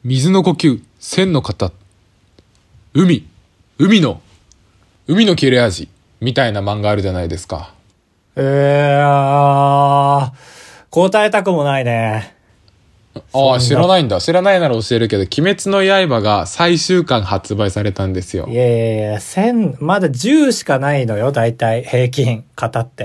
水の呼吸、千の型。海の切れ味みたいな漫画あるじゃないですか。 答えたくもないね。 ああ、知らないんだ。知らないなら教えるけど、鬼滅の刃が最終巻発売されたんですよ。 いや、1000、まだ10しかないのよ、だいたい平均、型って。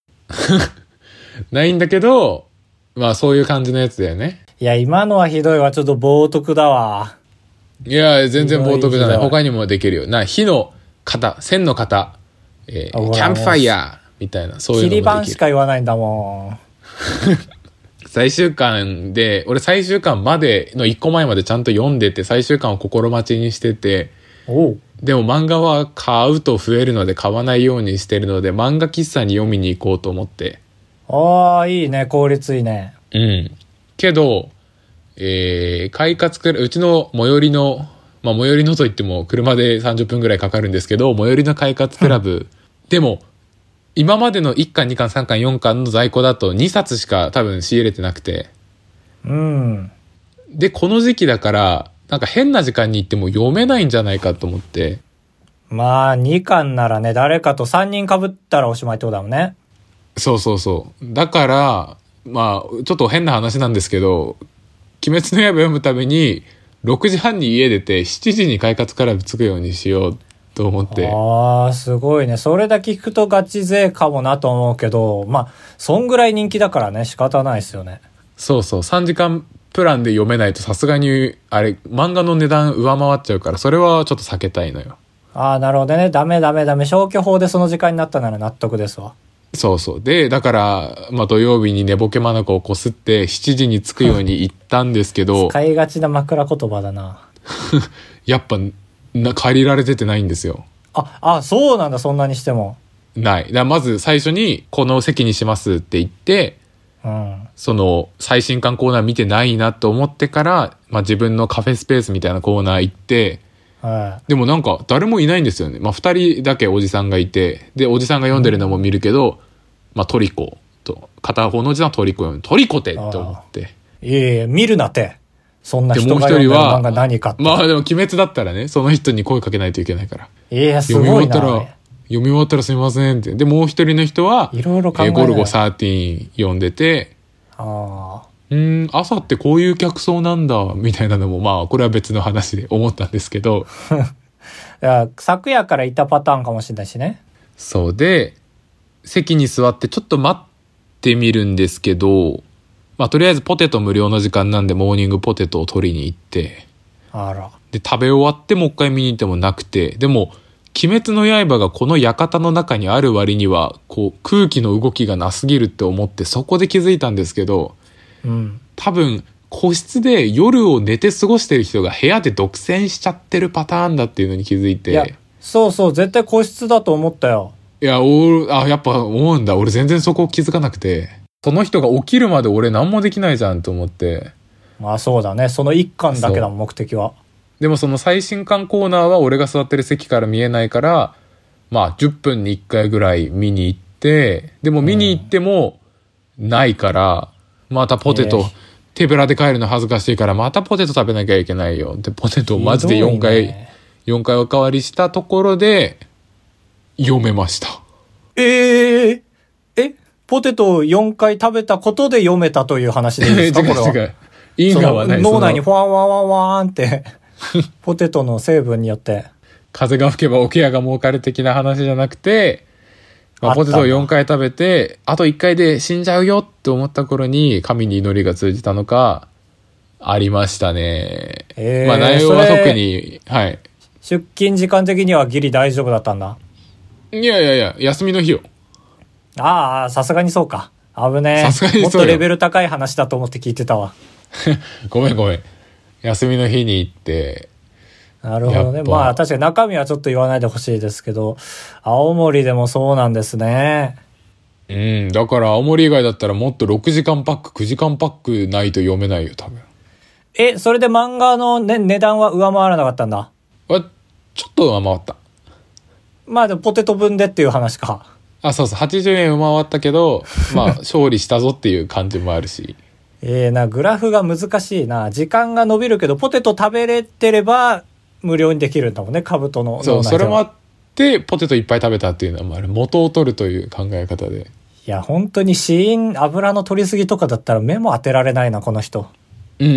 ないんだけど、まあそういう感じのやつだよね。 いや、今のはひどいわ、ちょっと冒涜だわ。 いや、全然冒涜じゃない。 ひどい他にもできるよ。火の型、線の型、キャンプファイヤーみたいな、そういうのもできる。 切り板しか言わないんだもん。 最終巻で、俺最終巻までの1個前までちゃんと読んでて、最終巻を心待ちにしてて、でも漫画は買うと増えるので買わないようにしてるので、漫画喫茶に読みに行こうと思って。 いいね、効率いいね。 うん。けど、快活クラブ、うちの最寄りの、最寄りのといっても車で30分ぐらいかかるんですけど、最寄りの快活クラブ、でも、今までの1巻、2巻、3巻、4巻の在庫だと2冊しか多分仕入れてなくて。 うん。 で、この時期だから、なんか変な時間に行っても読めないんじゃないかと思って。 まあ、2巻ならね、誰かと3人被ったらおしまいってことだもんね。 そうそうそう。だから、まあ、ちょっと変な話なんですけど、鬼滅の刃読むために、6時半に家出て、7時に快活クラブ着くようにしようと思って。 すごいね。それだけ聞くとガチ勢かもなと思うけど、まあ、そんぐらい人気だからね、仕方ないですよね。 そうそう。3時間プランで読めないとさすがに、あれ、漫画の値段上回っちゃうから、それはちょっと避けたいのよ。 なるほどね。ダメ。消去法でその時間になったなら納得ですわ。 そうそう。で、だから、まあ土曜日に寝ぼけまなこをこすって7時に着くように行ったんですけど。 使いがちな枕言葉だな。 やっぱ、借りられててないんですよ。 そうなんだ、そんなにしても。 ない。まず最初に、この席にしますって言って、その、最新刊コーナー見てないなと思ってから、まあ自分のカフェスペースみたいなコーナー行って、でもなんか誰もいないんですよね。まあ2人だけおじさんがいて、で、おじさんが読んでるのも見るけど、まあトリコと、片方のおじさんはトリコ読む。トリコてって思って。 見るなって。そんな人が読んでる漫画何かって。 まあでも鬼滅だったらね、その人に声かけないといけないから。 すごいな。 読み終わったらすいませんって。で、もう一人の人は、 いろいろ考えゴルゴ13読んでて、朝ってこういう客層なんだ、みたいなのも、まあ、これは別の話で思ったんですけど。 いや、昨夜からいたパターンかもしれないしね。 そうで、席に座ってちょっと待ってみるんですけど、まあ、とりあえずポテト無料の時間なんで、モーニングポテトを取りに行って、で、食べ終わってもう一回見に行ってもなくて、でも、鬼滅の刃がこの館の中にある割には、こう、空気の動きがなすぎるって思って、そこで気づいたんですけど、多分、個室で夜を寝て過ごしてる人が部屋で独占しちゃってるパターンだっていうのに気づいて。 いや、そう、絶対個室だと思ったよ。 いや、やっぱ思うんだ。俺全然そこ気づかなくて。その人が起きるまで俺何もできないじゃんと思って。 まあそうだね。その一巻だけだもん、目的は。 でもその最新刊コーナーは俺が座ってる席から見えないから、まあ10分に1回ぐらい見に行って、でも見に行ってもないから、またポテト、手ぶらで帰るの恥ずかしいからまたポテト食べなきゃいけないよ。で、ポテトをマジで4回おかわりしたところで読めました。 ポテトを4回食べたことで読めたという話でいいですか？これは。 違う。因果はない。 脳内にフワンワンワンワンってポテトの成分によって風が吹けば桶屋が儲かる的な話じゃなくて、まあ、ポテトを4回食べてあと1回で死んじゃうよって思った頃に神に祈りが通じたのかありましたね。まあ内容は特にはい出勤時間的にはギリ大丈夫だったんだ。 いや休みの日よ。 さすがにそうか。危ねえ。 さすがにそうよ。 もっとレベル高い話だと思って聞いてたわ。 ごめん。休みの日に行って。 なるほどね。まあ確かに中身はちょっと言わないでほしいですけど、青森でもそうなんですね。 だから青森以外だったらもっと6時間パック、9時間パックないと読めないよ、多分。 それで漫画の、値段は上回らなかったんだ。 ちょっと上回った。 まあでもポテト分でっていう話か。 そう、80円上回ったけど、まあ勝利したぞっていう感じもあるし。 グラフが難しいな。時間が伸びるけど、ポテト食べれてれば無料にできるんだもんね、兜の。 そう、それもあって、ポテトいっぱい食べたっていうのは、まあ、元を取るという考え方で。 いや、本当に死因、油の取りすぎとかだったら目も当てられないな、この人。 そう。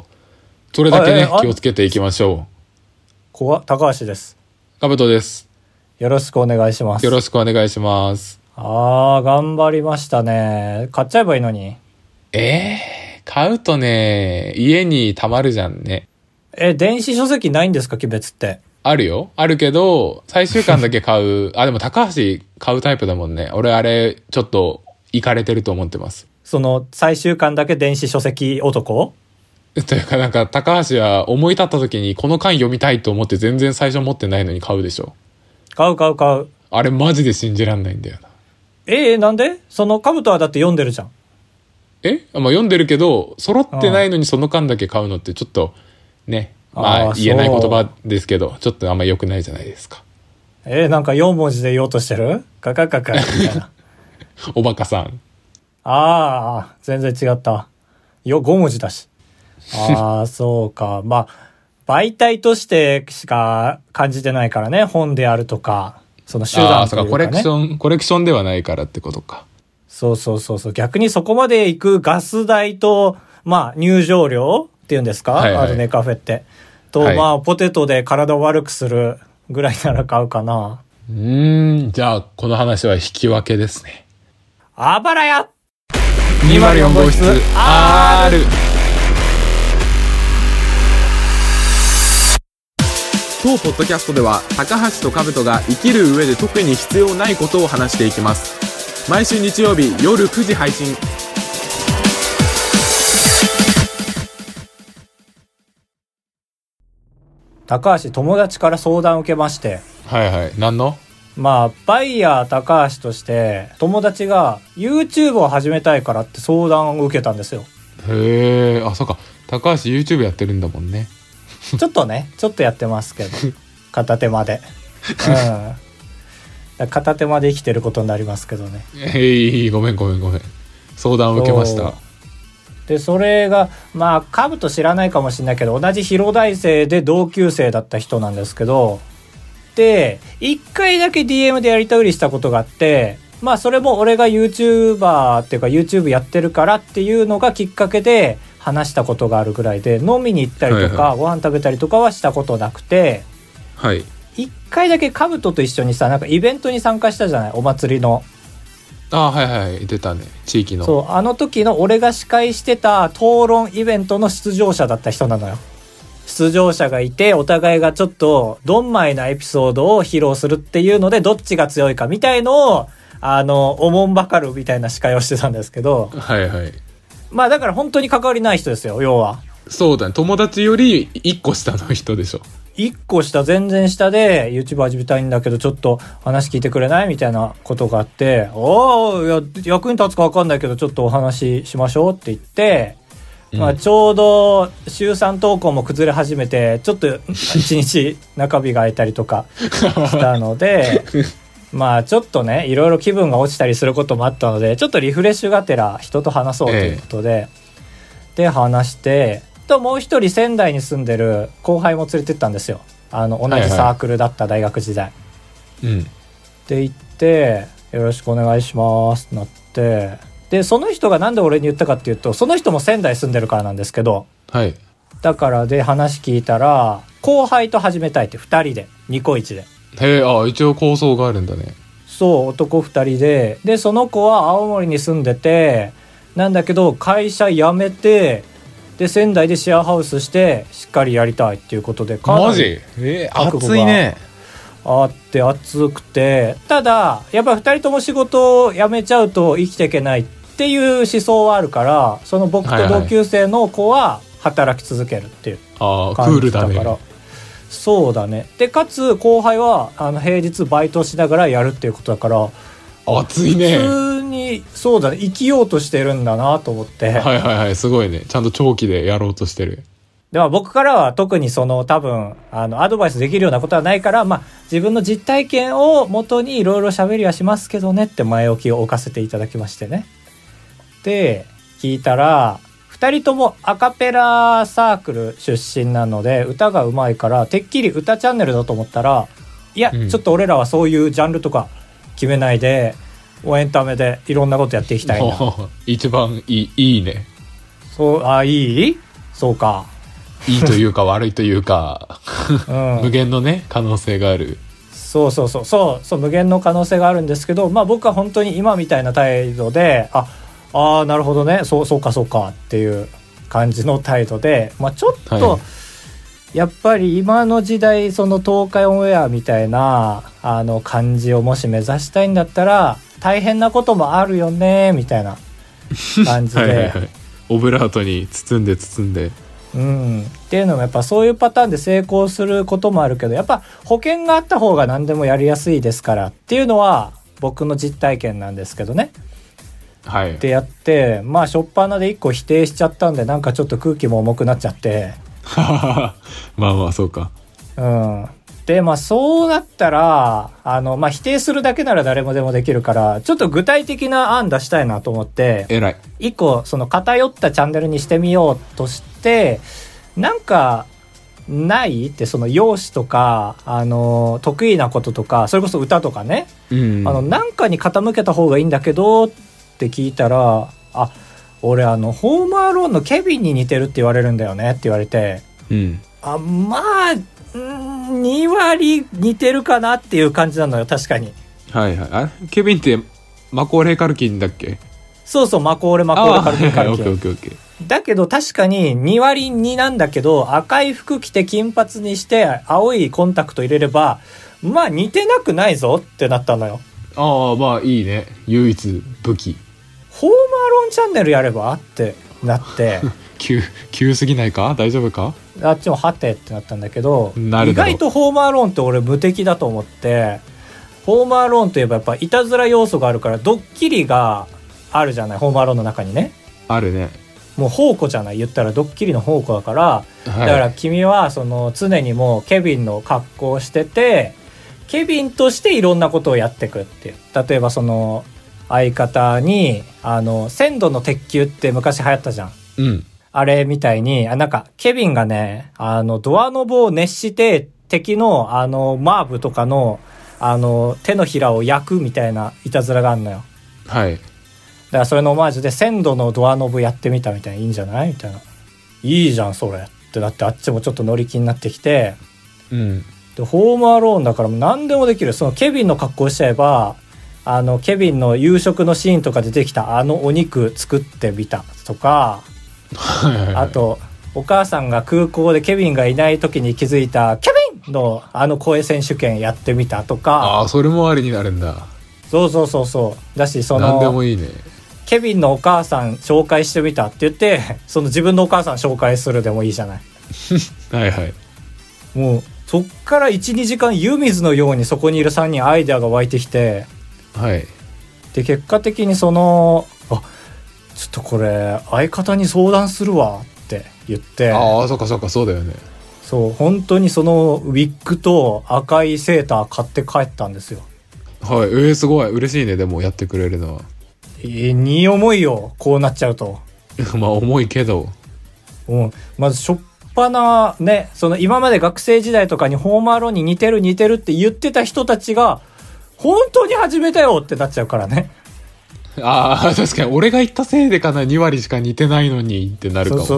それだけね、気をつけていきましょう。高橋です。 かぶとです。 よろしくお願いします。 よろしくお願いします。 頑張りましたね。買っちゃえばいいのに。 買うとね、家に溜まるじゃんね。 電子書籍ないんですか、鬼滅って。 あるよ。あるけど、最終巻だけ買う。でも高橋買うタイプだもんね。俺あれ、ちょっと、イカれてると思ってます。 その、最終巻だけ電子書籍男というかなんか、高橋は思い立った時に、この巻読みたいと思って全然最初持ってないのに買うでしょ。 買う。 あれマジで信じらんないんだよな。 なんでその、カブトはだって読んでるじゃん。 読んでるけど、揃ってないのにその巻だけ買うのってちょっと、ね。言えない言葉ですけど、ちょっとあんま良くないじゃないですか。 なんか4文字で言おうとしてるカカカカみたいな。 おバカさん。 全然違った。5文字だし。そうか。まあ、媒体としてしか感じてないからね。本であるとか、その手段というか、ね。 コレクションではないからってことか。 そう。逆にそこまで行くガス代と、まあ、入場料っていうんですか、 はいはい、 あるね、カフェって。と、まあ、ポテトで体を悪くするぐらいなら買うかな。 じゃあ、この話は引き分けですね。 あばらや 204号室 R。当ポッドキャストでは、高橋と兜が生きる上で特に必要ないことを話していきます。毎週日曜日夜9時配信。 高橋、友達から相談を受けまして。 何の？ まあ、バイヤー高橋として、友達が YouTube を始めたいからって相談を受けたんですよ。 へー、そうか。高橋 YouTube やってるんだもんね。 ちょっとやってますけど。片手間で。片手間で生きてることになりますけどね。 ごめん。相談を受けました。 で、それが、まあ、カブと知らないかもしれないけど、同じ広大生で同級生だった人なんですけど、で、一回だけ DM でやり取りしたことがあって、まあ、それも俺が YouTuber っていうか YouTube やってるからっていうのがきっかけで話したことがあるぐらいで、飲みに行ったりとか、ご飯食べたりとかはしたことなくて、一回だけカブトと一緒にさ、なんかイベントに参加したじゃない、お祭りの。 出たね、地域の。 そう、あの時の俺が司会してた討論イベントの出場者だった人なのよ。出場者がいて、お互いがちょっとドンマイなエピソードを披露するっていうので、どっちが強いかみたいのをおもんばかるみたいな司会をしてたんですけど、まあだから本当に関わりない人ですよ、要は。 そうだね、友達より1個下の人でしょ。 1個下、全然下で YouTube 始めたいんだけど、ちょっと話聞いてくれないみたいなことがあって、役に立つか分かんないけどちょっとお話ししましょうって言って、まあ、ちょうど週3投稿も崩れ始めて、ちょっと1日中日が空いたりとかしたのでまあちょっとね、いろいろ気分が落ちたりすることもあったので、ちょっとリフレッシュがてら人と話そうということで、で話してと、もう一人仙台に住んでる後輩も連れてったんですよ。同じサークルだった大学時代。で行って、よろしくお願いしますってなって、でその人がなんで俺に言ったかっていうと、その人も仙台住んでるからなんですけど、だからで話聞いたら、後輩と始めたいって2人でニコイチで。 一応構想があるんだね。 そう、男2人で、でその子は青森に住んでて、なんだけど会社辞めて、で仙台でシェアハウスしてしっかりやりたいっていうことで、 マジ？熱いね。 あって熱くて、ただやっぱり2人とも仕事を辞めちゃうと生きていけないっていう思想はあるから、その僕と同級生の子は働き続けるっていう感じだから、クールだね。そうだね。でかつ後輩は平日バイトしながらやるっていうことだから、 熱いね。 普通にそうだね、生きようとしてるんだなと思って。 すごいね。ちゃんと長期でやろうとしてる。 でも僕からは特に多分アドバイスできるようなことはないから、まあ自分の実体験を元にいろいろ喋りはしますけどねって前置きを置かせていただきましてね。で聞いたら、2人ともアカペラサークル出身なので歌が上手いから、てっきり歌チャンネルだと思ったら、いや、ちょっと俺らはそういうジャンルとか決めないで、エンタメでいろんなことやっていきたいな。 一番いいね。 そう、いい？そうか。 いいというか悪いというか、無限のね可能性がある。 そう無限の可能性があるんですけど、まあ僕は本当に今みたいな態度で、なるほどね、そうかっていう感じの態度で、まあちょっと、やっぱり今の時代、その東海オンエアみたいな感じをもし目指したいんだったら大変なこともあるよねみたいな感じでオブラートに包んでっていうのもやっぱそういうパターンで成功することもあるけど、やっぱ保険があった方が何でもやりやすいですからっていうのは僕の実体験なんですけどね。でやって、まあ初っ端で1個否定しちゃったんで、なんかちょっと空気も重くなっちゃってまあそうか。 でまあそうなったら否定するだけなら誰もでもできるから、ちょっと具体的な案出したいなと思って、一個その偏ったチャンネルにしてみようとして、なんかないって、その容姿とか得意なこととか、それこそ歌とかね、なんかに傾けた方がいいんだけどって聞いたら、俺ホームアローンのケビンに似てるって言われるんだよねって言われて、まあ2割似てるかなっていう感じなのよ。確かに。 ケビンってマコーレー・カルキンだっけ？ そうマコーレー・カルキン。 オッケー。 だけど確かに2割2なんだけど、赤い服着て金髪にして青いコンタクト入れればまあ似てなくないぞってなったのよ。 まあいいね、唯一武器。 ホームアローンチャンネルやればってなって急すぎないか？大丈夫か？ あっちもはてってなったんだけど、意外とホームアローンって俺無敵だと思って、ホームアローンといえばやっぱいたずら要素があるから、ドッキリがあるじゃない、ホームアローンの中にね。 あるね。 もう宝庫じゃない、言ったらドッキリの宝庫だから、だから君はその常にもうケビンの格好をしてて、ケビンとしていろんなことをやってくっていう。例えばその相方に1000度の鉄球って昔流行ったじゃん。あれみたいに、なんかケビンがね、ドアノブを熱して敵のマーブとかの手のひらを焼くみたいないたずらがあるのよ。だからそれのオマージュで1000度のドアノブやってみたみたいな、いいんじゃないみたいな。いいじゃんそれってなって、あっちもちょっと乗り気になってきて、でホームアローンだから何でもできる。そのケビンの格好しちゃえば、ケビンの夕食のシーンとかで出てきたお肉作ってみたとかあとお母さんが空港でケビンがいない時に気づいたケビンの声選手権やってみたとか。 それもありになるんだ。 そうだし、その何でもいいね。 ケビンのお母さん紹介してみたって言って、その自分のお母さん紹介するでもいいじゃないもうそっから 1,2 時間湯水のようにそこにいる3人アイデアが湧いてきて、で結果的にちょっとこれ相方に相談するわって言って、 そうだよね。 そう本当にそのウィッグと赤いセーター買って帰ったんですよ。 すごい嬉しいね。でもやってくれるのは荷重いよ、こうなっちゃうとまあ重いけど、 まずしょっぱなね、その今まで学生時代とかにホームアローンに似てるって言ってた人たちが本当に始めたよってなっちゃうからね。 確かに俺が言ったせいでかな、2割しか似てないのにってなるかも。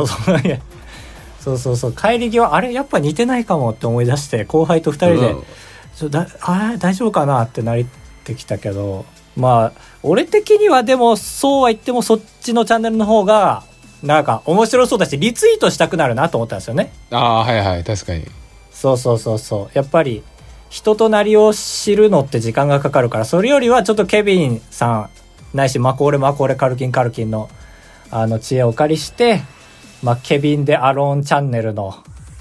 そう帰り際、あれやっぱ似てないかもって思い出して、後輩と2人で、大丈夫かなってなってきたけど、まあ俺的にはでもそうは言ってもそっちのチャンネルの方がなんか面白そうだし、リツイートしたくなるなと思ったんですよね。 確かに。 そうやっぱり人となりを知るのって時間がかかるから、それよりはちょっとケビンさんないしマコーレカルキンの知恵をお借りして、ケビンでアローンチャンネルの、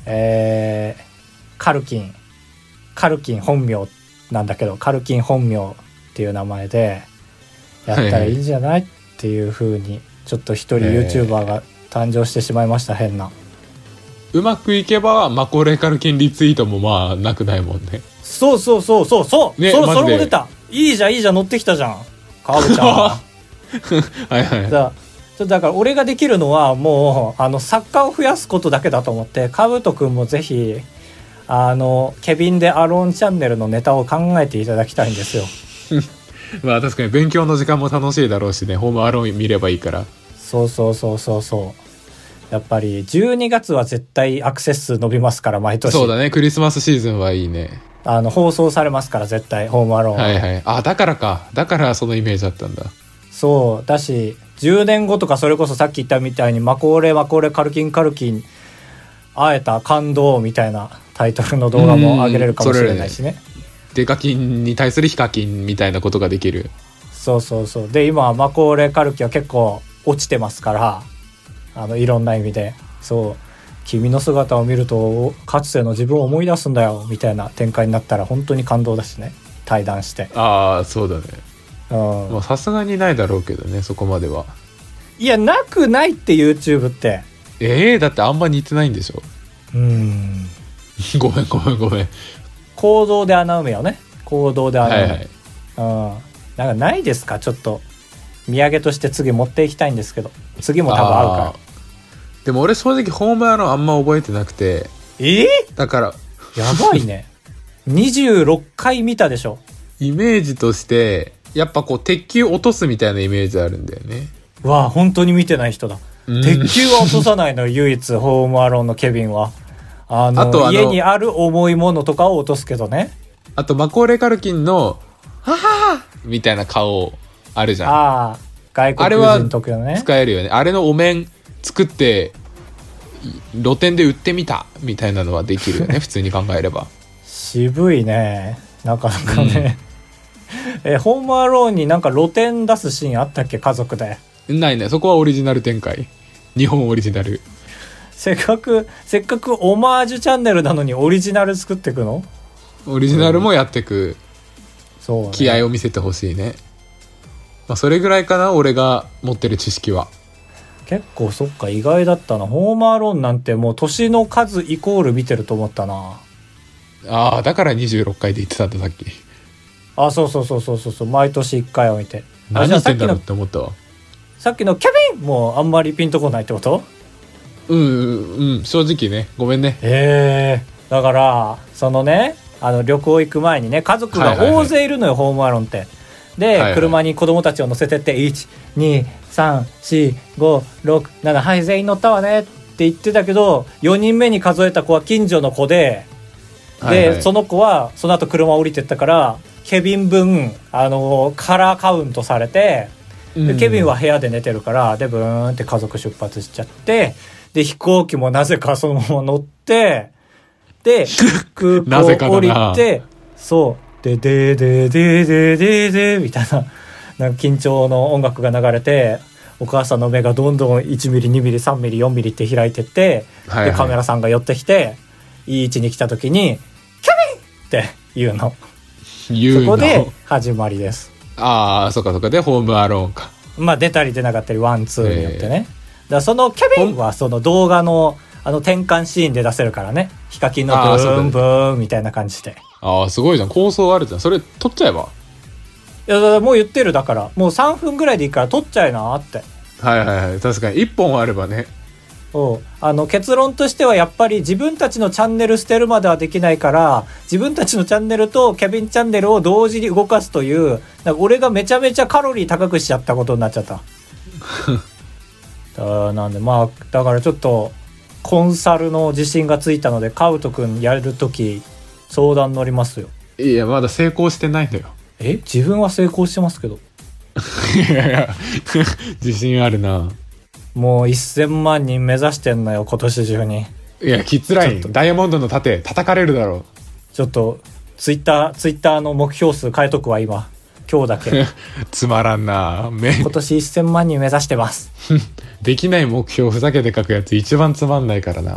カルキン本名なんだけど、カルキン本名っていう名前でやったらいいんじゃないっていう風に、ちょっと一人 YouTuber が誕生してしまいました。変な。 うまくいけばマコーレー・カルキンリツイートもまあなくないもんね。 そう、それも出た。いいじゃん乗ってきたじゃん川淵ちゃん。 ちょっとだから俺ができるのはもう作家を増やすことだけだと思って、カブトくんもぜひケビン・でアローンチャンネルのネタを考えていただきたいんですよ。 まあ確かに勉強の時間も楽しいだろうしね、ホームアローン見ればいいから。 そうやっぱり12月は絶対アクセス数伸びますから、毎年。 そうだね、クリスマスシーズンはいいね。 放送されますから絶対、ホームアローン。 はいはい。あ、だからそのイメージだったんだ。 そうだし、10年後とかそれこそさっき言ったみたいにマコーレカルキン会えた感動みたいなタイトルの動画も上げれるかもしれないしね。 デカキンに対するヒカキンみたいなことができる。 そうで、今マコーレカルキは結構落ちてますから、いろんな意味で。そう君の姿を見るとかつての自分を思い出すんだよみたいな展開になったら本当に感動だしね、対談して。 ああそうだね。まあさすがにないだろうけどね、そこまでは。 いや、なくないって YouTube って。 だってあんま似てないんでしょ。ごめん行動で穴埋めよね。行動で穴埋め、 はいはい、 なんかないですか、ちょっと土産として次持っていきたいんですけど。次も多分合うから。 でも俺正直ホームアローンあんま覚えてなくて。だからやばいね。26回見たでしょ。 イメージとしてやっぱこう鉄球落とすみたいなイメージあるんだよね。 わあ、本当に見てない人だ。鉄球は落とさないの唯一ホームアローンのケビンは。あと家にある重いものとかを落とすけどね。 あとマコーレカルキンのははみたいな顔あるじゃん。 ああ、外国人特有のね。 あれは使えるよね。あれのお面作って露店で売ってみたみたいなのはできるよね。普通に考えれば。 渋いね、なかなかね。ホームアローンになんか露店出すシーンあったっけ、家族で。 ないね、そこはオリジナル展開。日本オリジナル。 せっかくオマージュチャンネルなのにオリジナル作っていくの？ オリジナルもやっていく、 そうね、 気合を見せてほしいね。まあ、それぐらいかな、俺が持ってる知識は。 結構そっか、意外だったな。ホームアローンなんてもう年の数イコール見てると思ったな。 ああ、だから26回で言ってたんださっき。 あ、そう毎年1回を見て。 何言ってんだろうって思ったわ。 さっきのケビンもあんまりピンとこないってこと？ 正直ね、ごめんね。 だからそのね、旅行行く前にね、家族が大勢いるのよ、ホームアローンって。で、車に子供たちを乗せてって、1,2,3,4,5,6,7 はい全員乗ったわねって言ってたけど、4人目に数えた子は近所の子で、その子はその後車降りてったから、ケビン分カラーカウントされて、でケビンは部屋で寝てるから、でブーンって家族出発しちゃって、で飛行機もなぜかそのまま乗って、で空港降りてそうででみたいな、なんか緊張の音楽が流れて、お母さんの目がどんどん1ミリ2ミリ3ミリ4ミリって開いてって、でカメラさんが寄ってきていい位置に来た時にケビンって言うの。そこで始まりです。 ああ、そっかでホームアローンか。 まあ出たり出なかったりワンツーによってね。だからそのケビンはその動画の転換シーンで出せるからね。ヒカキンのブーンブーンみたいな感じで。 ああ、すごいじゃん。構想あるじゃん。それ撮っちゃえば。 いや、もう言ってる。だからもう3分ぐらいでいいから撮っちゃえなって。 はい確かに1本あればね。 結論としてはやっぱり自分たちのチャンネル捨てるまではできないから、自分たちのチャンネルとケビンチャンネルを同時に動かすという、なんか俺がめちゃめちゃカロリー高くしちゃったことになっちゃった。なんでまあだからちょっとコンサルの自信がついたので、カウトくんやるとき相談乗りますよ。 いや、まだ成功してないのよ。 自分は成功してますけど。 いや自信あるな。 もう1000万人目指してんのよ、今年中に。 いや、キッズラインダイヤモンドの盾叩かれるだろう。 ちょっとツイッターの目標数変えとくわ、今日だけ。 つまらんな。今年1000万人目指してます。 できない目標ふざけて書くやつ一番つまんないからな。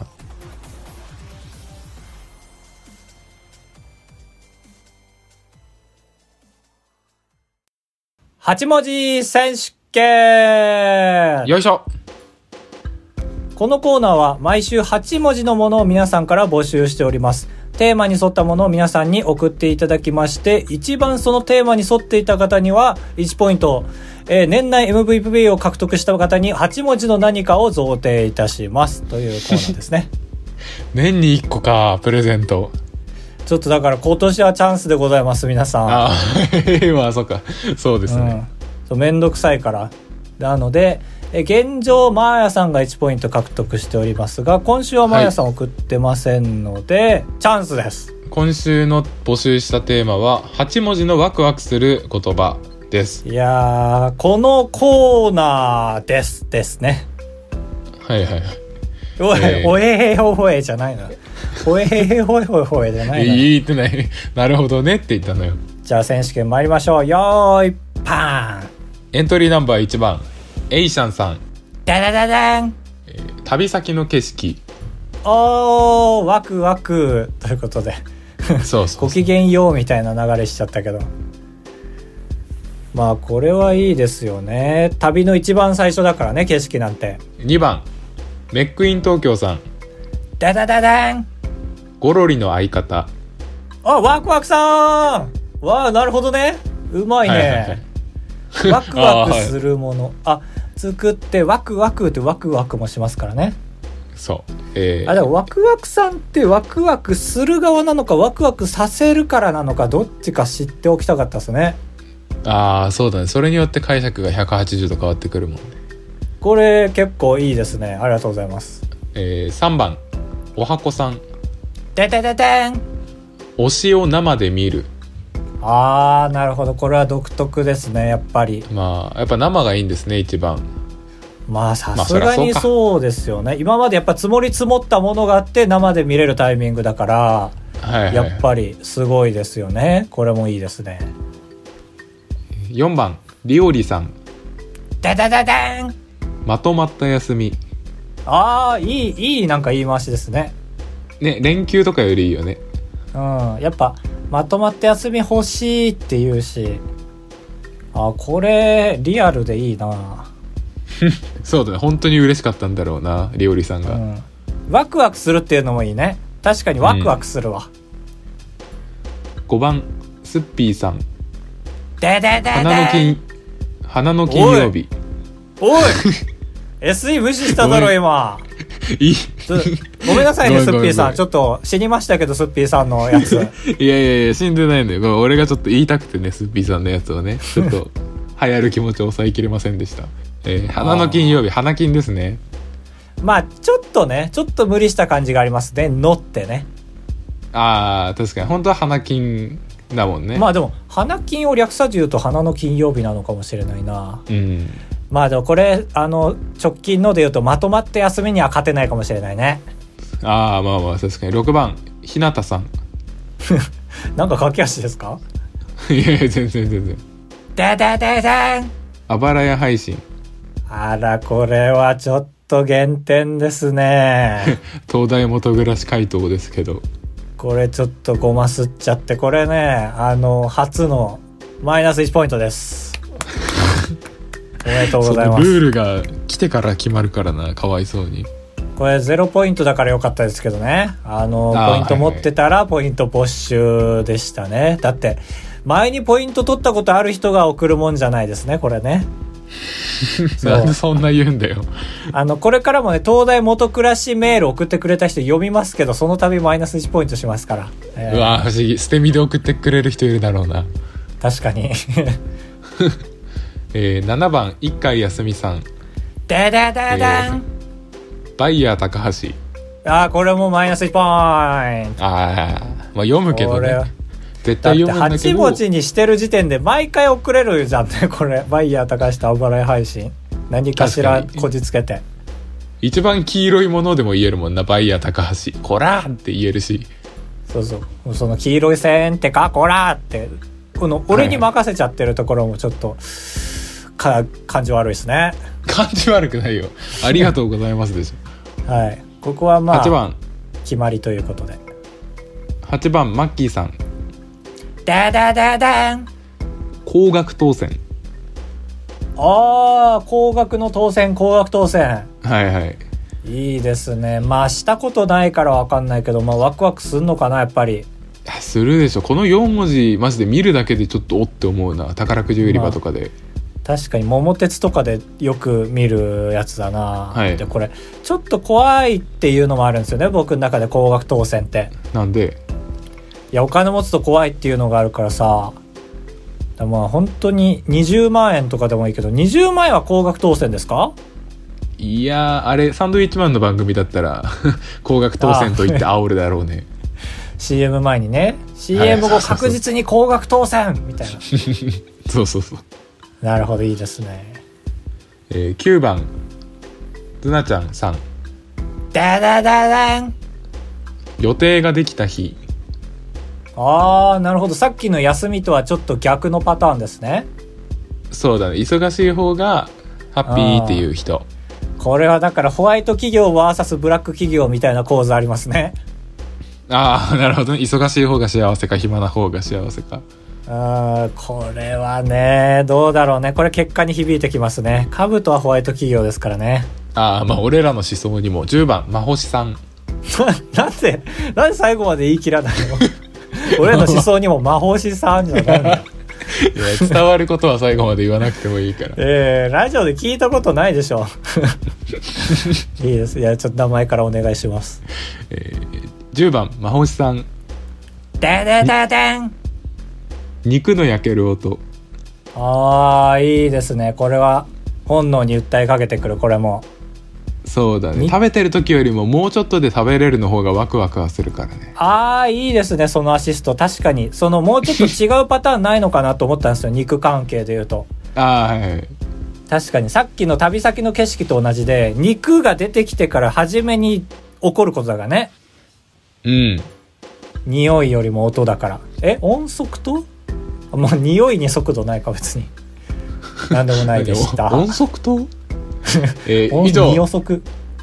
8文字選手権。 よいしょ。 このコーナーは毎週8文字のものを皆さんから募集しております。テーマに沿ったものを皆さんに送っていただきまして、一番そのテーマに沿っていた方には1ポイント、年内 MVP を獲得した方に8文字の何かを贈呈いたしますというコーナーですね。 年に1個か、プレゼント。 ちょっとだから今年はチャンスでございます、皆さん。 ああ、そうか。そうですね。 めんどくさいから。なので、現状マーヤさんが1ポイント獲得しておりますが、今週はマーヤさん送ってませんので、チャンスです。 今週の募集したテーマは8文字のワクワクする言葉です。 いやー、このコーナーですね。 はいはい。 おえへほえじゃないの。おえへほえほえほえじゃないの。 言ってない。なるほどねって言ったのよ。 じゃあ選手権参りましょう。よーいパーン。 エントリーナンバー1番エイシャンさん。 ダダダダン。 旅先の景色。 おー、ワクワクということでそうごきげんようみたいな流れしちゃったけど、まあこれはいいですよね。旅の一番最初だからね、景色なんて。 2番メックイン東京さん。 ダダダダン。 ゴロリの相方。 あ、ワクワクさん。わあ、なるほどね。うまいね、ワクワクするもの。作ってワクワクってワクワクもしますからね。 そう。 でもワクワクさんってワクワクする側なのかワクワクさせるからなのか、どっちか知っておきたかったですね。 そうだね。それによって解釈が180度変わってくるもんね。 これ結構いいですね。ありがとうございます。 3番おはこさん。 ででででん。 推しを生で見る。 なるほど。これは独特ですね、やっぱり。 やっぱ生がいいんですね、一番。 さすがにそうですよね。今までやっぱ積もり積もったものがあって生で見れるタイミングだから、やっぱりすごいですよね。これもいいですね。 4番リオリさん。 ダダダダン。 まとまった休み。 いいなんか言い回しですね。 ね、連休とかよりいいよね。 やっぱまとまって休み欲しいって言うし、これリアルでいいなそうだね、本当に嬉しかったんだろうな、リオリさんが。 ワクワクするっていうのもいいね。確かにワクワクするわ。 5番スッピーさん。 でででで。 花の金曜日。 おいSE 無視しただろ今。ごめんなさいね、スッピーさん。ちょっと死にましたけど、スッピーさんのやつ。 いや死んでないんだよ。俺がちょっと言いたくてね、スッピーさんのやつをね、ちょっと流行る気持ちを抑えきれませかした。花の金曜日、花金ですね。ちょっと無理した感じがありますね。のってね。 確かに本当は花金だもんね。 でも花金を略さず言うと花の金曜日なのかもしれないな。でもこれ直近ので言うとまとまって休みには勝てないかもしれないね。 確かに。6番ひなたさん。 なんか駆け足ですか？ いや全然。 ででででん。 あばらや配信。 これはちょっと減点ですね。 東大元暮らし回答ですけど、 これちょっとごますっちゃって、これね初のマイナス1ポイントです。おめでとうございます。 ルールが来てから決まるからな、かわいそうに。 これ0ポイントだからよかったですけどね。ポイント持ってたらポイント没収でしたね。だって前にポイント取ったことある人が送るもんじゃないですね、これね。 なんでそんな言うんだよ。 これからもね、東大元暮らしメール送ってくれた人読みますけど、その度マイナス1ポイントしますから。 うわ不思議。捨て身で送ってくれる人いるだろうな。 確かに。 7番一回休みさん。 ででででん。 バイヤー高橋。 これもマイナス1ポイント。 読むけどね。絶対読むんだけど。8 文字にしてる時点で毎回送れるじゃんね、これ。バイヤー高橋とあばらい配信。何かしらこじつけて。 一番黄色いものでも言えるもんな、バイヤー高橋。こらーって言えるし。 そう。その黄色い線ってか、こらーって。俺に任せちゃってるところもちょっと、感じ悪いですね。 感じ悪くないよ。ありがとうございますでしょ。はい。ここは 8番決まりということで。 8番マッキーさん。 ダダダダン。 高額当選。 高額の当選、高額当選。 はい。 いいですね。まあしたことないからわかんないけど、まあワクワクすんのかなやっぱり。 するでしょ。この4文字マジで見るだけでちょっとおって思うな。宝くじ売り場とかで、 確かに桃鉄とかでよく見るやつだな、 はい、 でこれちょっと怖いっていうのもあるんですよね、僕の中で高額当選って。 なんで、 いやお金持つと怖いっていうのがあるからさ、まあ本当に20万円とかでもいいけど、20万円は高額当選ですか？ いやあれサンドウィッチマンの番組だったら高額当選と言って煽るだろうね。 CM 前にね、 CM 後確実に高額当選みたいなそうそうそう。 なるほど、いいですね。 9番ズナちゃんさん。 ダダダダン。 予定ができた日。 あーなるほど、さっきの休みとはちょっと逆のパターンですね。 そうだね、忙しい方がハッピーっていう人。 これはだからホワイト企業 vs ブラック企業みたいな構図ありますね。 ああなるほどね。忙しい方が幸せか暇な方が幸せか。 これはねどうだろうね。これ結果に響いてきますね。兜はホワイト企業ですからね。 まあ俺らの思想にも。10番真星さん。 なんで最後まで言い切らないの俺らの思想にも真星さんじゃないの。いや伝わることは最後まで言わなくてもいいから。 ラジオで聞いたことないでしょいいです。いやちょっと名前からお願いします。 10番真星さん。 ででででん。 肉の焼ける音。 いいですね。これは本能に訴えかけてくる。これもそうだね。食べてる時よりももうちょっとで食べれるの方がワクワクはするからね。 いいですね、そのアシスト。確かにそのもうちょっと違うパターンないのかなと思ったんですよ肉関係で言うと。 はい、 確かにさっきの旅先の景色と同じで、肉が出てきてから初めに起こることだがね。 うん。 匂いよりも音だから。音速ともう匂いに速度ないか別に。なんでもないでした。 音速と以上 2予測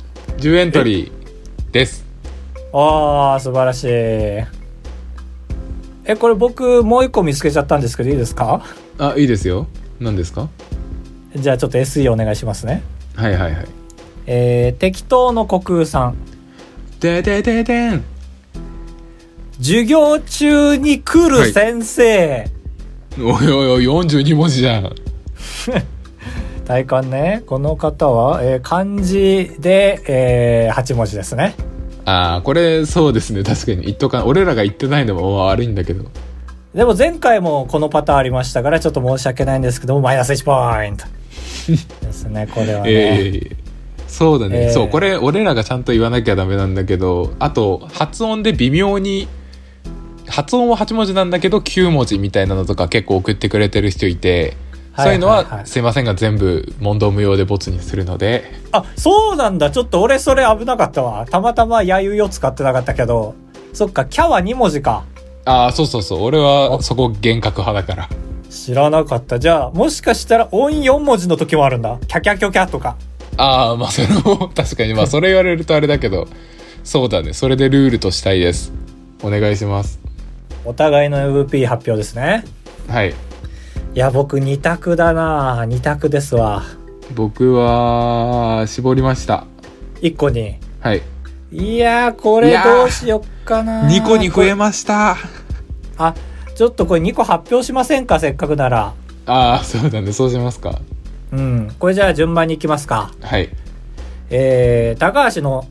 10エントリーです。 素晴らしい。これ僕もう一個見つけちゃったんですけどいいですか？ いいですよ。何ですか？ じゃあちょっと SE お願いしますね。 はいはいはい。 適当の虚空さん。 ででででん。 授業中に来る先生、はい、 おいおいおい42文字じゃん体感ね。この方は、漢字で、8文字ですね。 これそうですね。確かに言っとか俺らが言ってないのも悪いんだけど。 でも前回もこのパターンありましたからちょっと申し訳ないんですけどもマイナス1ポイントですね。これはね、 そうだね、そうこれ俺らがちゃんと言わなきゃダメなんだけど、あと発音で微妙に発音は8文字なんだけど9文字みたいなのとか結構送ってくれてる人いて、そういうのはすいませんが全部問答無用でボツにするので。 そうなんだ。ちょっと俺それ危なかったわ。たまたまやゆよ使ってなかったけど。そっか、キャは2文字か。 そうそうそう。俺はそこ厳格派だから。 知らなかった。じゃあもしかしたら音4文字の時もあるんだ。キャキャキョキャとか。 まあそれも確かにそれ言われるとあれだけどそうだね。それでルールとしたいです。お願いします。 お互いの MVP 発表ですね。 はい。 いや僕2択だな。2択ですわ。 僕は絞りました。 1個に。 はい。 いやこれどうしよっかな。 2個に増えました。 ちょっとこれ2個発表しませんか、せっかくなら。 そうだね。そうしますか。 これじゃあ順番に行きますか。 はい。 高橋の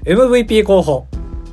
MVP 候補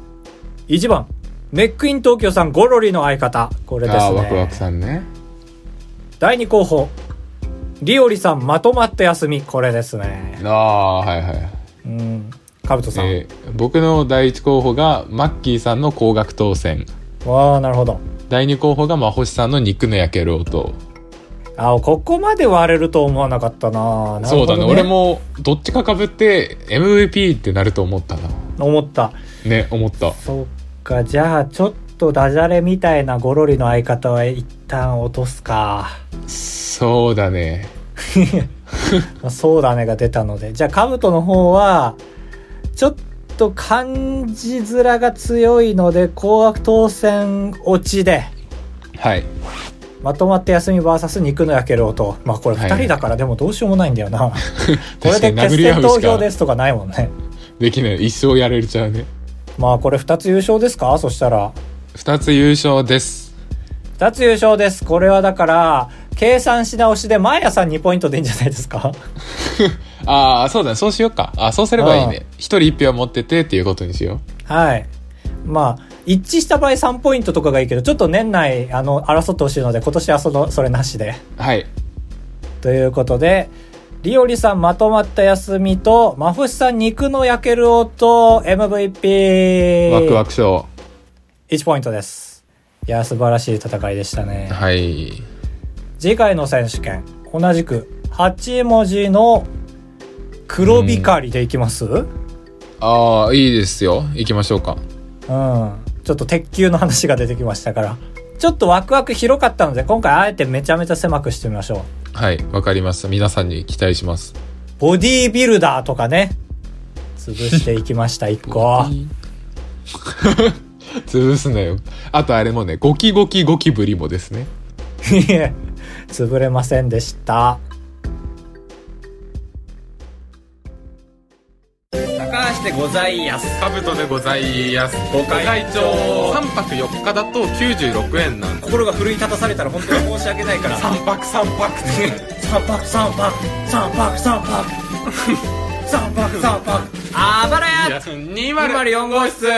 1番メックイン東京さんゴロリの相方。これですね。 ワクワクさんね。 第2候補リオリさんまとまった休み。これですね。 はいはい。 カブトさん。 僕の第1候補がマッキーさんの高額当選。 なるほど。 第2候補が真星さんの肉の焼ける音。 ここまで割れると思わなかったな。 そうだね。俺もどっちか被って MVP ってなると思ったな。 思ったね。思った。 そっか。じゃあちょっとダジャレみたいなゴロリの相方は一旦落とすか。 そうだねそうだねが出たので、じゃあカブトの方はちょっと漢字面が強いので高額当選落ちで、 はい。 まとまって休み VS 肉の焼ける音。これ2人だからでもどうしようもないんだよな、これで決選投票ですとかないもんね。 できない。一生やれちゃうね。 まあこれ2つ優勝ですか？そしたら。 2つ優勝です。 2つ優勝です。これはだから、計算し直しで毎朝2ポイントでいいんじゃないですか？ ああ、そうだね。そうしようか。そうすればいいね。1人1票持っててっていうことにしよう。はい。まあ、一致した場合3ポイントとかがいいけど、ちょっと年内、争ってほしいので、今年はそれなしで。 はい。 ということで、リオリさんまとまった休みと、マフシさん肉の焼ける音 MVP。 ワクワク賞。 1ポイントです。いや、素晴らしい戦いでしたね。 はい。 次回の選手権、同じく8文字の黒光りでいきます？ ああ、いいですよ。行きましょうか。 うん。ちょっと鉄球の話が出てきましたから。ちょっとワクワク広かったので、今回あえてめちゃめちゃ狭くしてみましょう。 はい、わかりました。皆さんに期待します。 ボディービルダーとかね、潰していきました、1個。 潰すなよ。あとあれもね、ゴキゴキゴキブリもですね。 いえ、潰れませんでした。高橋でございやす。 カブトでございやす。ご会長。3泊4日だと96円なんで。 心が奮い立たされたら本当に申し訳ないから。 3泊3泊って。 3泊3泊。3泊3泊。3泊3泊。あばらや204号室。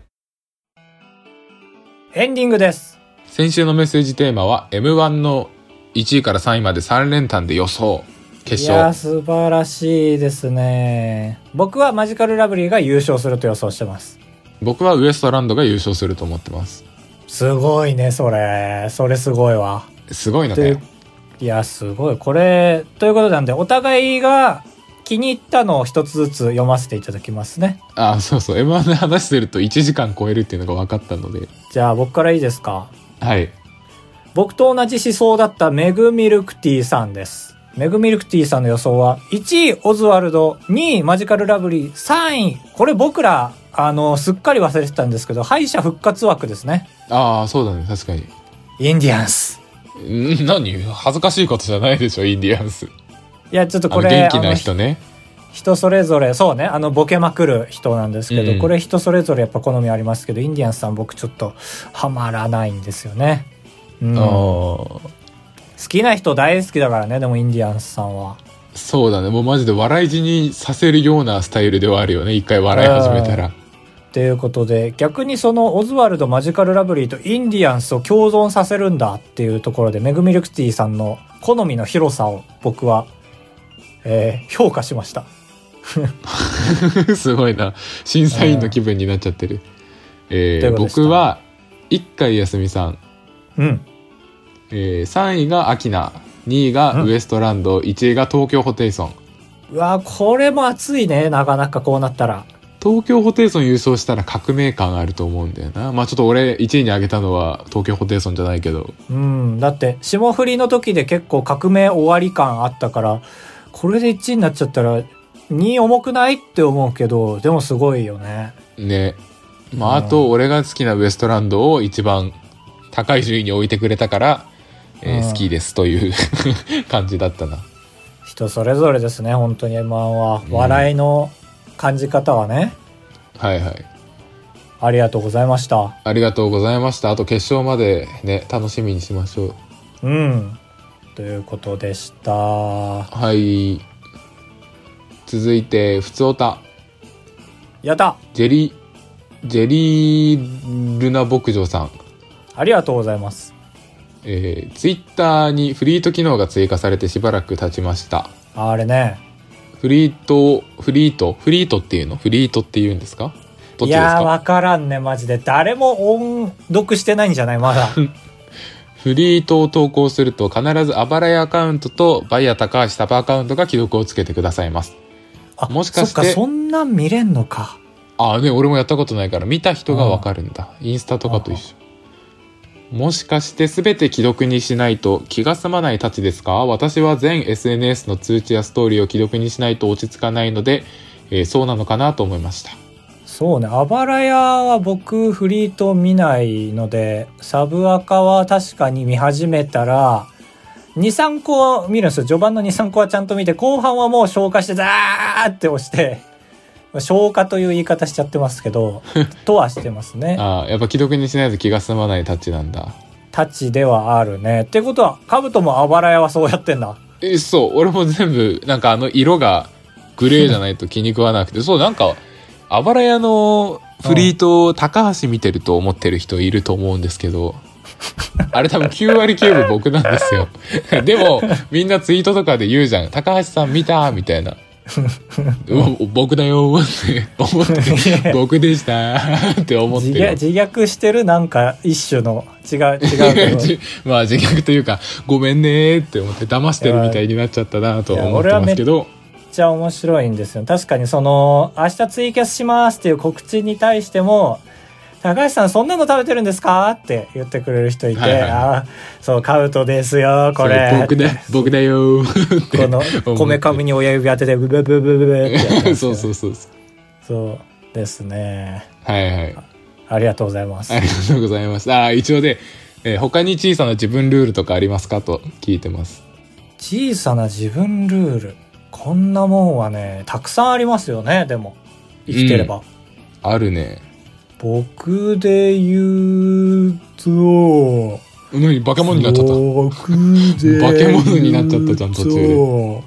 エンディングです。 先週のメッセージテーマは M1 の1位から3位まで3連単で予想。決勝。 いや素晴らしいですね。僕はマジカルラブリーが優勝すると予想してます。 僕はウエストランドが優勝すると思ってます。 すごいね、それすごいわ。 すごいのかよ。 いやすごい。これということなんで、お互いが気に入ったのを一つずつ読ませていただきますね。 そうそう。M1 で話してると1時間超えるっていうのが分かったので。 じゃあ僕からいいですか？ はい。 僕と同じ思想だったメグミルクティーさんです。メグミルクティーさんの予想は1位オズワルド、2位マジカルラブリー、3位これ僕らすっかり忘れてたんですけど、敗者復活枠ですね。 そうだね、確かに。 インディアンス。 何恥ずかしいことじゃないでしょ、インディアンス。 いやちょっとこれ元気な人ね。 人それぞれそうね、ボケまくる人なんですけど、これ人それぞれやっぱ好みありますけど、インディアンスさん僕ちょっとハマらないんですよね。好きな人大好きだからね。でもインディアンスさんはそうだね、もうマジで笑い死にさせるようなスタイルではあるよね、一回笑い始めたら。 ということで、逆にそのオズワルド、マジカルラブリーとインディアンスを共存させるんだっていうところで、メグミルクティーさんの好みの広さを僕は、評価しました。 すごいな、審査員の気分になっちゃってる。僕は一回休みさん、3位がアキナ、2位がウエストランド、1位が東京ホテイソン。 うわこれも熱いね。なかなかこうなったら東京ホテイソン優勝したら革命感あると思うんだよな。まあちょっと俺1位に挙げたのは東京ホテイソンじゃないけど、 だって霜降りの時で結構革命終わり感あったから、これで1位になっちゃったら2位重くないって思うけど、でもすごいよね。 まああと俺が好きなウエストランドを一番高い順位に置いてくれたから、好きですという感じだったな。 人それぞれですね、本当に M1 は。笑いの感じ方はね。 はいはい。 ありがとうございました。 ありがとうございました。あと決勝までね、楽しみにしましょう。 ということでした。 はい。続いてふつおた。 やった。 ジェリールナ牧場さん、 ありがとうございます。 ツイッターにフリート機能が追加されてしばらく経ちました。 あれね。 フリートっていうの？フリートっていうんですか？どっちですか？いやわからんね、マジで。誰も音読してないんじゃないまだ。 フリートを投稿すると必ずあばらやアカウントとバイヤー高橋タバアカウントが既読をつけてくださいます。もしかして。 そっか、そんなん見れんのか。 ね、俺もやったことないから見た人がわかるんだ。インスタとかと一緒。もしかして全て既読にしないと気が済まないたちですか？私は全 SNS の通知やストーリーを既読にしないと落ち着かないので、そうなのかなと思いました。 そうね、あばらやは僕フリート見ないので、サブアカは確かに見始めたら 2,3 個見るんですよ。序盤の 2,3 個はちゃんと見て、後半はもう消化してザーって押して消化という言い方しちゃってますけどとはしてますね。 やっぱ既読にしないと気が済まないタッチなんだ。 タッチではあるね。ってことはカブトもあばら屋はそうやってんだ。 そう俺も全部なんか色がグレーじゃないと気に食わなくてそうなんかあばら屋のフリートを高橋見てると思ってる人いると思うんですけどあれ多分9割9分僕なんですよでもみんなツイートとかで言うじゃん、高橋さん見たみたいな僕だよって思って僕でしたって思ってる。 自虐してるなんか一種の違うけどまあ自虐というかごめんねって思って騙してるみたいになっちゃったなと思ってますけど、 めっちゃ面白いんですよ。確かに明日ツイキャスしますっていう告知に対しても高橋さんそんなの食べてるんですかって言ってくれる人いて、はいはい、そうカウトですよこれ僕だよってこのこめかみに親指当ててブブブブブブってやってそうですね。 はいはい、 ありがとうございます。 ありがとうございます。一応で、他に小さな自分ルールとかありますかと聞いてます。 小さな自分ルール、こんなもんはねたくさんありますよね。でも生きてれば、 あるね。 僕で言うと何化け物になっちゃった。化け物になっちゃったじゃん途中で。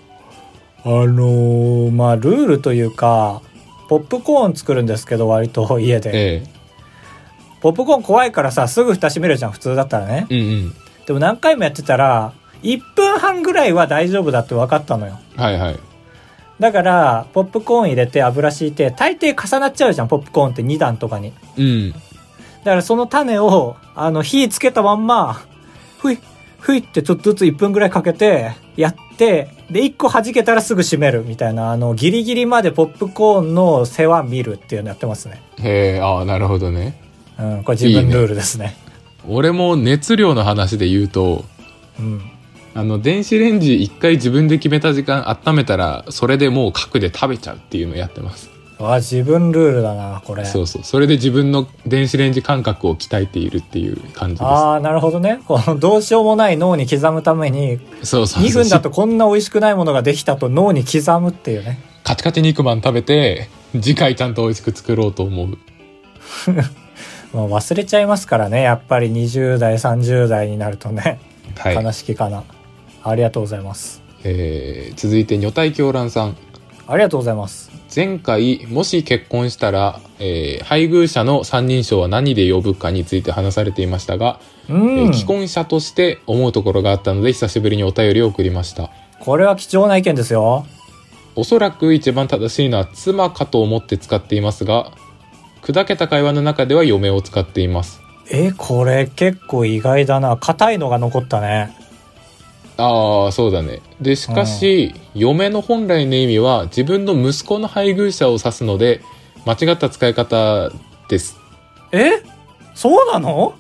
まあルールというかポップコーン作るんですけど割と家で、ポップコーン怖いからさすぐ蓋閉めるじゃん普通だったらね、でも何回もやってたら1分半ぐらいは大丈夫だって分かったのよ。 はいはい。 だからポップコーン入れて油敷いて大抵重なっちゃうじゃんポップコーンって2段とかに、だからその種を火つけたまんまふいってちょっとずつ1分ぐらいかけてやってで1個弾けたらすぐ閉めるみたいなギリギリまでポップコーンの世話見るっていうのやってますね。 へえ、なるほどね。 これ自分ルールですね。 俺も熱量の話で言うと、電子レンジ1回自分で決めた時間温めたらそれでもう核で食べちゃうっていうのをやってます。 自分ルールだなこれ。 そうそれで自分の電子レンジ感覚を鍛えているっていう感じです。 なるほどね。このどうしようもない脳に刻むために2分だとこんな美味しくないものができたと脳に刻むっていうね。 カチカチ肉まん食べて次回ちゃんと美味しく作ろうと思うもう忘れちゃいますからねやっぱり20代30代になるとね、悲しきかな。ありがとうございます。 続いて女体狂乱さん、 ありがとうございます。 前回もし結婚したら、配偶者の三人称は何で呼ぶかについて話されていましたが、既婚者として思うところがあったので久しぶりにお便りを送りました。 これは貴重な意見ですよ。 おそらく一番正しいのは妻かと思って使っていますが砕けた会話の中では嫁を使っています。 これ結構意外だな。硬いのが残ったね。 そうだね。でしかし、嫁の本来の意味は自分の息子の配偶者を指すので間違った使い方です。 そうなの？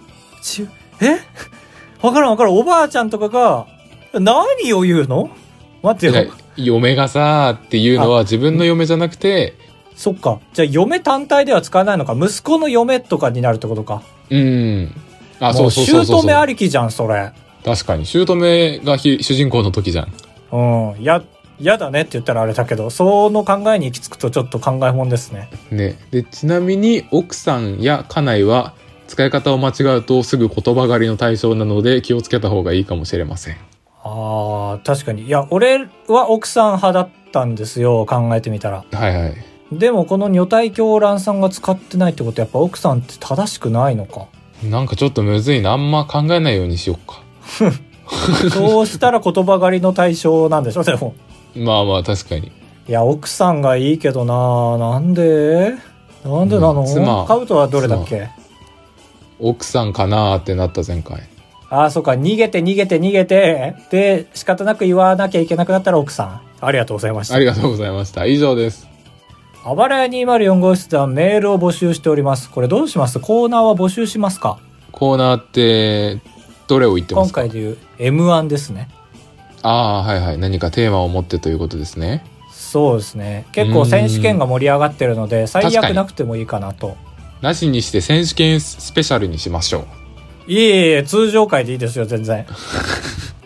わからん。おばあちゃんとかが何を言うの？待ってよ。 嫁がさっていうのは自分の嫁じゃなくて、 そっか。じゃあ嫁単体では使わないのか。息子の嫁とかになるってことか。そう姑ありきじゃんそれ。 確かに姑が主人公の時じゃん。 やだねって言ったらあれだけどその考えに行き着くとちょっと考えもんですね。 でちなみに奥さんや家内は使い方を間違うとすぐ言葉狩りの対象なので気をつけた方がいいかもしれません。 確かに。いや俺は奥さん派だったんですよ考えてみたら。でもこの女体狂乱さんが使ってないってことはやっぱ奥さんって正しくないのか。 なんかちょっとむずいな。あんま考えないようにしよっかそうしたら言葉狩りの対象なんでしょでも。 まあ確かに。 いや奥さんがいいけどなんでなの？カブトはどれだっけ？ 奥さんかなーってなった前回。 そうか。逃げてで仕方なく言わなきゃいけなくなったら奥さん。ありがとうございました。 ありがとうございました。以上です。 あばらや204号室ではメールを募集しております。これどうします？コーナーは募集しますか？ コーナーってどれを言ってますか？ 今回でいう M1 ですね。 何かテーマを持ってということですね。 そうですね。結構選手権が盛り上がってるので最悪なくてもいいかなと。 なしにして選手権スペシャルにしましょう。 いえ通常回でいいですよ全然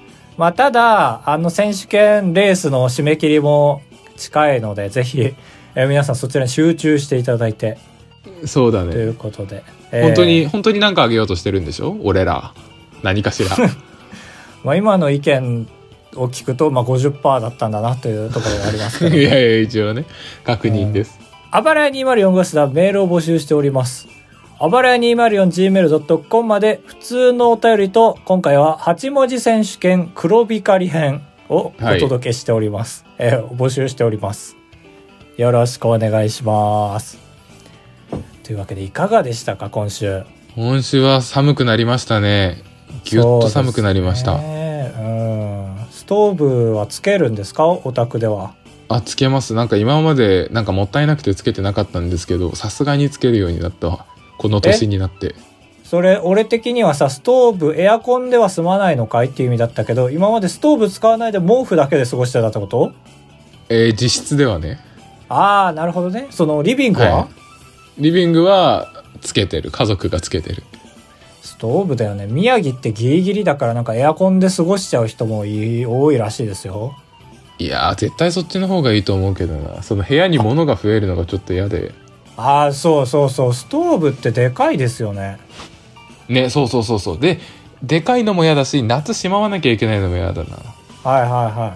ただ選手権レースの締め切りも近いのでぜひ皆さんそちらに集中していただいて。 そうだね。 ということで。 本当に何かあげようとしてるんでしょ俺ら。何かしら。 まあ今の意見を聞くと、50% だったんだなというところがありますけど。 いやいや、一応ね、確認です。 あばらや204号室ではメールを募集しております。あばらや 204gmail.com まで普通のお便りと、今回は8文字選手権黒光り編をお届けしております。募集しております。よろしくお願いします。というわけでいかがでしたか、今週。 今週は寒くなりましたね。ぎゅっと寒くなりました。 ストーブはつけるんですか、お宅では。 つけます。なんか今までなんかもったいなくてつけてなかったんですけど、さすがにつけるようになったわ。この年になって。 それ俺的にはさ、ストーブエアコンでは済まないのかいっていう意味だったけど、今までストーブ使わないで毛布だけで過ごしてたってこと？ 実質ではね。 なるほどね。そのリビングは、 リビングはつけてる。家族がつけてる。 ストーブだよね。宮城ってギリギリだから、なんかエアコンで過ごしちゃう人も多いらしいですよ。 いやー、絶対そっちの方がいいと思うけどな。その部屋に物が増えるのがちょっと嫌で。 そうそうそう。ストーブってでかいですよね。 ね、そうそうそうそう。でかいのも嫌だし、夏しまわなきゃいけないのも嫌だな。 はいはいはい。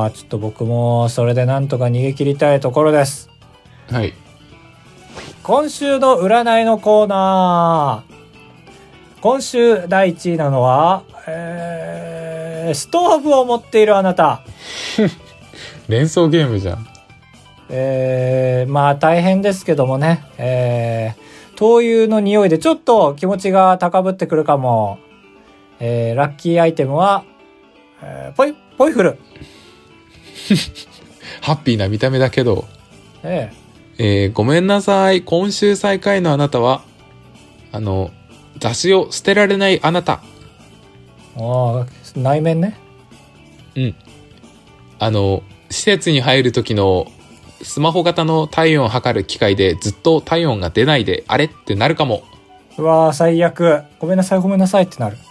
ちょっと僕もそれでなんとか逃げ切りたいところです。 はい。 今週の占いのコーナー。今週第1位なのは、ストーブを持っているあなた。 連想ゲームじゃん。 大変ですけどもね、灯油の匂いでちょっと気持ちが高ぶってくるかも。ラッキーアイテムは、ポイフル。 ハッピーな見た目だけど。ごめんなさい。今週最下位のあなたは、雑誌を捨てられないあなた。 内面ね。 うん。施設に入る時のスマホ型の体温を測る機械でずっと体温が出ないで、あれってなるかも。 うわー、最悪。ごめんなさいってなる。